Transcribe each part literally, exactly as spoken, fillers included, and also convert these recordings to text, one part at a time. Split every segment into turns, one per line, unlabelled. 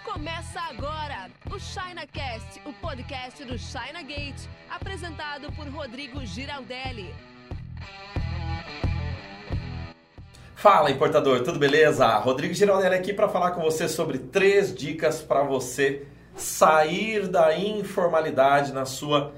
Começa agora o ChinaCast, o podcast do China Gate, apresentado por Rodrigo Giraldelli.
Fala, importador, tudo beleza? Rodrigo Giraldelli aqui para falar com você sobre três dicas para você sair da informalidade na sua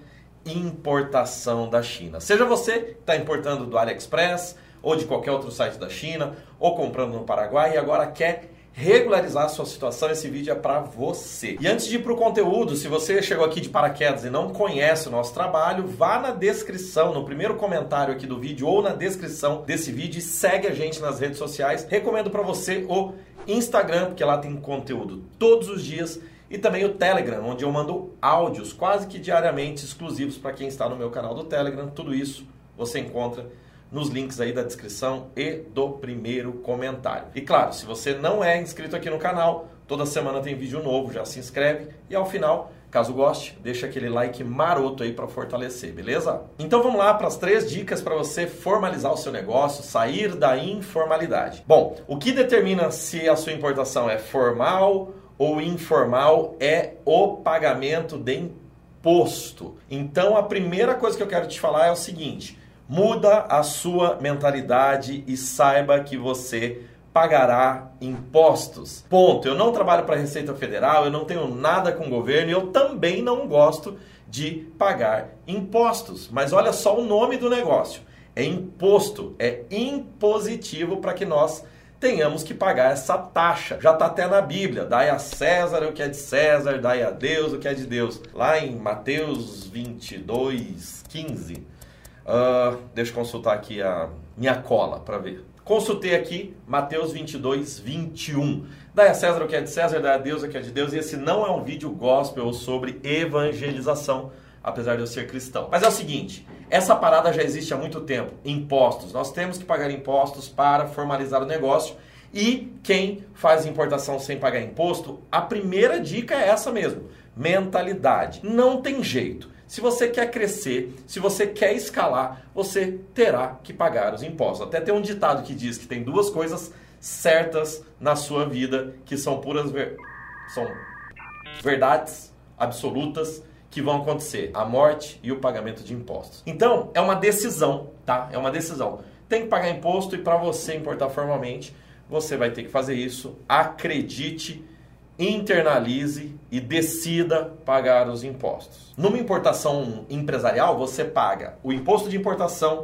importação da China. Seja você que está importando do AliExpress ou de qualquer outro site da China, ou comprando no Paraguai e agora quer regularizar a sua situação, esse vídeo é para você. E antes de ir para o conteúdo, se você chegou aqui de paraquedas e não conhece o nosso trabalho, vá na descrição, no primeiro comentário aqui do vídeo ou na descrição desse vídeo e segue a gente nas redes sociais. Recomendo para você o Instagram, porque lá tem conteúdo todos os dias, e também o Telegram, onde eu mando áudios quase que diariamente exclusivos para quem está no meu canal do Telegram. Tudo isso você encontra nos links aí da descrição e do primeiro comentário. E claro, se você não é inscrito aqui no canal, toda semana tem vídeo novo, já se inscreve. E ao final, caso goste, deixa aquele like maroto aí para fortalecer, beleza? Então vamos lá para as três dicas para você formalizar o seu negócio, sair da informalidade. Bom, o que determina se a sua importação é formal ou informal é o pagamento de imposto. Então a primeira coisa que eu quero te falar é o seguinte: muda a sua mentalidade e saiba que você pagará impostos. Ponto. Eu não trabalho para a Receita Federal, eu não tenho nada com o governo e eu também não gosto de pagar impostos. Mas olha só o nome do negócio. É imposto, é impositivo para que nós tenhamos que pagar essa taxa. Já está até na Bíblia. Dai a César o que é de César, dai a Deus o que é de Deus. Lá em Mateus vinte e dois, quinze. Uh, deixa eu consultar aqui a minha cola para ver. Consultei aqui Mateus vinte e dois, vinte e um. Dai a César o que é de César, dai a Deus o que é de Deus. E esse não é um vídeo gospel sobre evangelização, apesar de eu ser cristão. Mas é o seguinte, essa parada já existe há muito tempo. Impostos. Nós temos que pagar impostos para formalizar o negócio. E quem faz importação sem pagar imposto, a primeira dica é essa mesmo. Mentalidade. Não tem jeito. Se você quer crescer, se você quer escalar, você terá que pagar os impostos. Até tem um ditado que diz que tem duas coisas certas na sua vida, que são puras ver... são verdades absolutas que vão acontecer: a morte e o pagamento de impostos. Então, é uma decisão, tá? É uma decisão. Tem que pagar imposto e para você importar formalmente, você vai ter que fazer isso. Acredite, internalize e decida pagar os impostos. Numa importação empresarial, você paga o imposto de importação,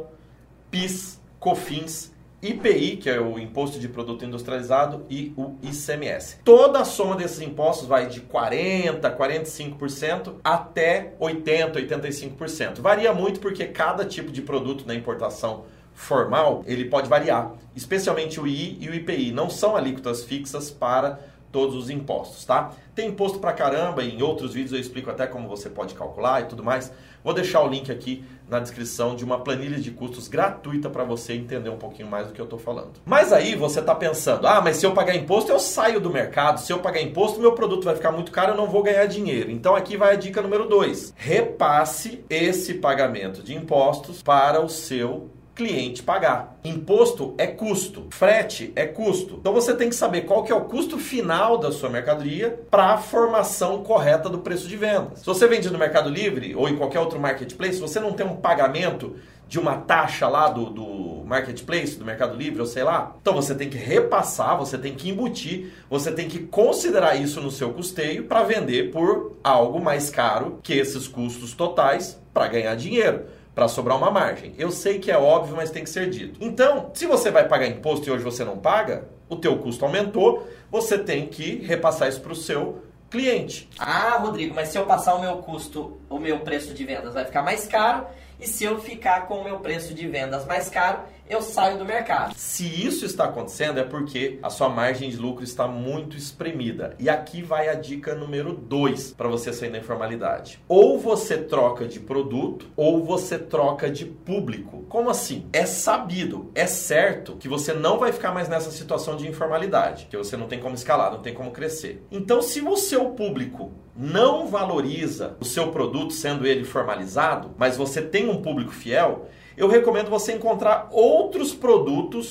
PIS, COFINS, I P I, que é o Imposto de Produto Industrializado, e o I C M S. Toda a soma desses impostos vai de quarenta por cento, quarenta e cinco por cento até oitenta por cento, oitenta e cinco por cento. Varia muito porque cada tipo de produto na importação formal, ele pode variar. Especialmente o I I e o I P I. Não são alíquotas fixas para todos os impostos, tá? Tem imposto pra caramba, e em outros vídeos eu explico até como você pode calcular e tudo mais. Vou deixar o link aqui na descrição de uma planilha de custos gratuita para você entender um pouquinho mais do que eu tô falando. Mas aí você tá pensando: ah, mas se eu pagar imposto eu saio do mercado, se eu pagar imposto meu produto vai ficar muito caro, eu não vou ganhar dinheiro. Então aqui vai a dica número dois. Repasse esse pagamento de impostos para o seu cliente pagar. Imposto é custo, frete é custo. Então você tem que saber qual que é o custo final da sua mercadoria para a formação correta do preço de venda. Se você vende no Mercado Livre ou em qualquer outro marketplace, você não tem um pagamento de uma taxa lá do, do marketplace, do Mercado Livre, ou sei lá. Então você tem que repassar, você tem que embutir, você tem que considerar isso no seu custeio para vender por algo mais caro que esses custos totais para ganhar dinheiro, para sobrar uma margem. Eu sei que é óbvio, mas tem que ser dito. Então, se você vai pagar imposto e hoje você não paga, o teu custo aumentou, você tem que repassar isso para o seu cliente.
Ah, Rodrigo, mas se eu passar o meu custo, o meu preço de vendas vai ficar mais caro, e se eu ficar com o meu preço de vendas mais caro, eu saio do mercado.
Se isso está acontecendo é porque a sua margem de lucro está muito espremida. E aqui vai a dica número dois para você sair da informalidade. Ou você troca de produto, ou você troca de público. Como assim? É sabido, é certo que você não vai ficar mais nessa situação de informalidade, que você não tem como escalar, não tem como crescer. Então, se o seu público não valoriza o seu produto, sendo ele formalizado, mas você tem um público fiel, eu recomendo você encontrar outros produtos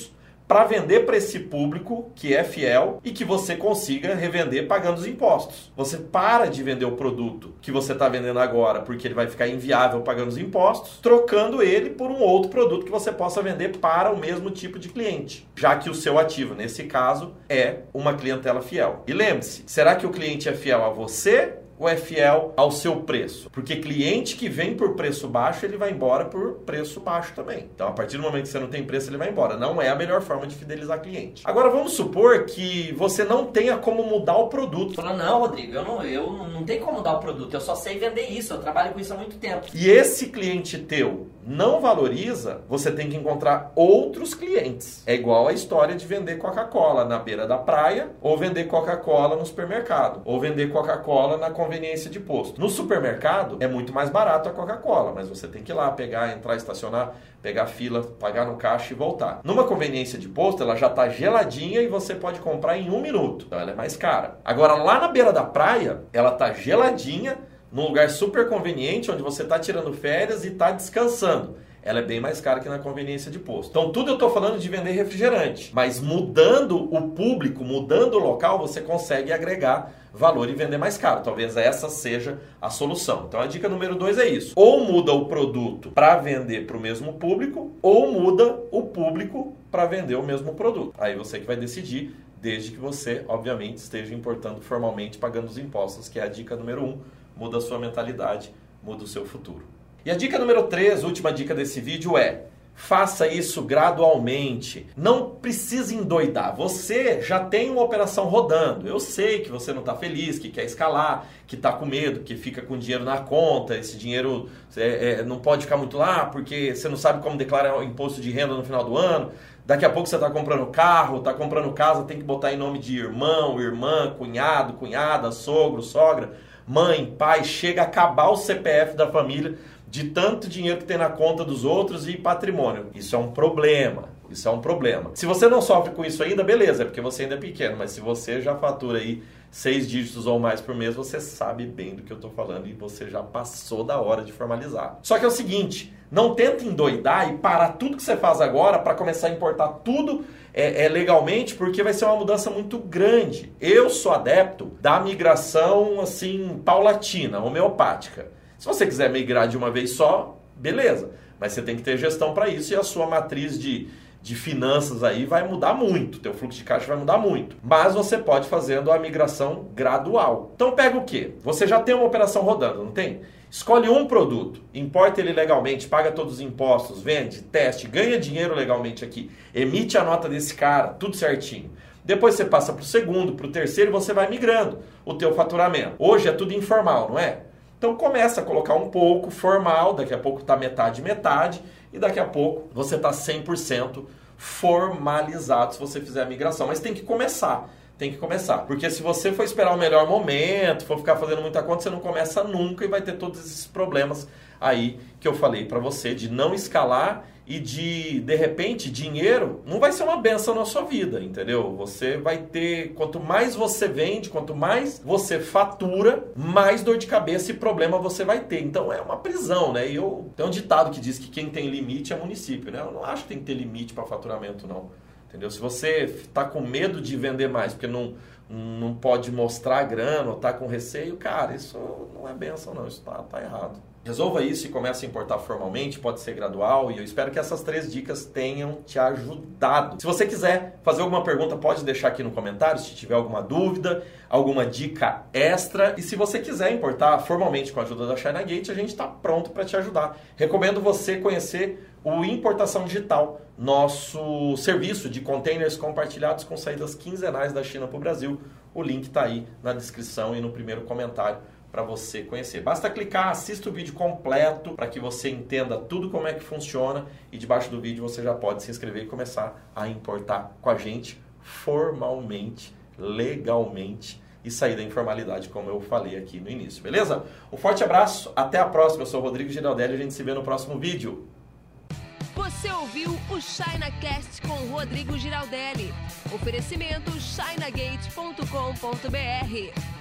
para vender para esse público que é fiel e que você consiga revender pagando os impostos. Você para de vender o produto que você está vendendo agora porque ele vai ficar inviável pagando os impostos, trocando ele por um outro produto que você possa vender para o mesmo tipo de cliente, já que o seu ativo, nesse caso, é uma clientela fiel. E lembre-se, será que o cliente é fiel a você ou é fiel ao seu preço? Porque cliente que vem por preço baixo, ele vai embora por preço baixo também. Então, a partir do momento que você não tem preço, ele vai embora. Não é a melhor forma de fidelizar cliente. Agora, vamos supor que você não tenha como mudar o produto.
Falou, não, Rodrigo, eu não, eu não tenho como mudar o produto, eu só sei vender isso, eu trabalho com isso há muito tempo.
E esse cliente teu não valoriza, você tem que encontrar outros clientes. É igual a história de vender Coca-Cola na beira da praia, ou vender Coca-Cola no supermercado, ou vender Coca-Cola na conveniência de posto. No supermercado é muito mais barato a Coca-Cola, mas você tem que ir lá pegar, entrar, estacionar, pegar fila, pagar no caixa e voltar. Numa conveniência de posto, ela já está geladinha e você pode comprar em um minuto. Então ela é mais cara. Agora, lá na beira da praia, ela está geladinha, num lugar super conveniente, onde você está tirando férias e está descansando. Ela é bem mais cara que na conveniência de posto. Então, tudo eu estou falando de vender refrigerante. Mas mudando o público, mudando o local, você consegue agregar valor e vender mais caro. Talvez essa seja a solução. Então, a dica número dois é isso. Ou muda o produto para vender para o mesmo público, ou muda o público para vender o mesmo produto. Aí você que vai decidir, desde que você, obviamente, esteja importando formalmente, pagando os impostos, que é a dica número um. Muda a sua mentalidade, muda o seu futuro. E a dica número três, última dica desse vídeo é: faça isso gradualmente. Não precisa endoidar. Você já tem uma operação rodando. Eu sei que você não está feliz, que quer escalar, que está com medo, que fica com dinheiro na conta. Esse dinheiro é, é, não pode ficar muito lá porque você não sabe como declarar o imposto de renda no final do ano. Daqui a pouco você está comprando carro, está comprando casa, tem que botar em nome de irmão, irmã, cunhado, cunhada, sogro, sogra, mãe, pai. Chega a acabar o C P F da família de tanto dinheiro que tem na conta dos outros e patrimônio. Isso é um problema. Isso é um problema. Se você não sofre com isso ainda, beleza, é porque você ainda é pequeno. Mas se você já fatura aí seis dígitos ou mais por mês, você sabe bem do que eu estou falando e você já passou da hora de formalizar. Só que é o seguinte, não tenta endoidar e parar tudo que você faz agora para começar a importar tudo é, é, legalmente, porque vai ser uma mudança muito grande. Eu sou adepto da migração assim paulatina, homeopática. Se você quiser migrar de uma vez só, beleza. Mas você tem que ter gestão para isso e a sua matriz de, de finanças aí vai mudar muito. Teu fluxo de caixa vai mudar muito. Mas você pode fazendo a migração gradual. Então pega o quê? Você já tem uma operação rodando, não tem? Escolhe um produto, importa ele legalmente, paga todos os impostos, vende, teste, ganha dinheiro legalmente aqui, emite a nota desse cara, tudo certinho. Depois você passa para o segundo, para o terceiro e você vai migrando o teu faturamento. Hoje é tudo informal, não é? Então começa a colocar um pouco formal, daqui a pouco está metade, metade, e daqui a pouco você está cem por cento formalizado se você fizer a migração. Mas tem que começar, tem que começar. Porque se você for esperar o melhor momento, for ficar fazendo muita conta, você não começa nunca e vai ter todos esses problemas aí que eu falei para você, de não escalar e de, de repente, dinheiro não vai ser uma benção na sua vida, entendeu? Você vai ter, quanto mais você vende, quanto mais você fatura, mais dor de cabeça e problema você vai ter. Então é uma prisão, né? E eu, tem um ditado que diz que quem tem limite é município, né? Eu não acho que tem que ter limite para faturamento, não. Entendeu? Se você está com medo de vender mais porque não, não pode mostrar grana ou está com receio, cara, isso não é benção, não. Isso tá, tá errado. Resolva isso e comece a importar formalmente, pode ser gradual, e eu espero que essas três dicas tenham te ajudado. Se você quiser fazer alguma pergunta, pode deixar aqui no comentário, se tiver alguma dúvida, alguma dica extra. E se você quiser importar formalmente com a ajuda da China Gate, a gente está pronto para te ajudar. Recomendo você conhecer o Importação Digital, nosso serviço de containers compartilhados com saídas quinzenais da China para o Brasil. O link está aí na descrição e no primeiro comentário para você conhecer. Basta clicar, assista o vídeo completo para que você entenda tudo como é que funciona e debaixo do vídeo você já pode se inscrever e começar a importar com a gente formalmente, legalmente e sair da informalidade, como eu falei aqui no início, beleza? Um forte abraço, até a próxima. Eu sou o Rodrigo Giraldelli e a gente se vê no próximo vídeo.
Você ouviu o ChinaCast com o Rodrigo Giraldelli. Oferecimento china gate ponto com ponto br.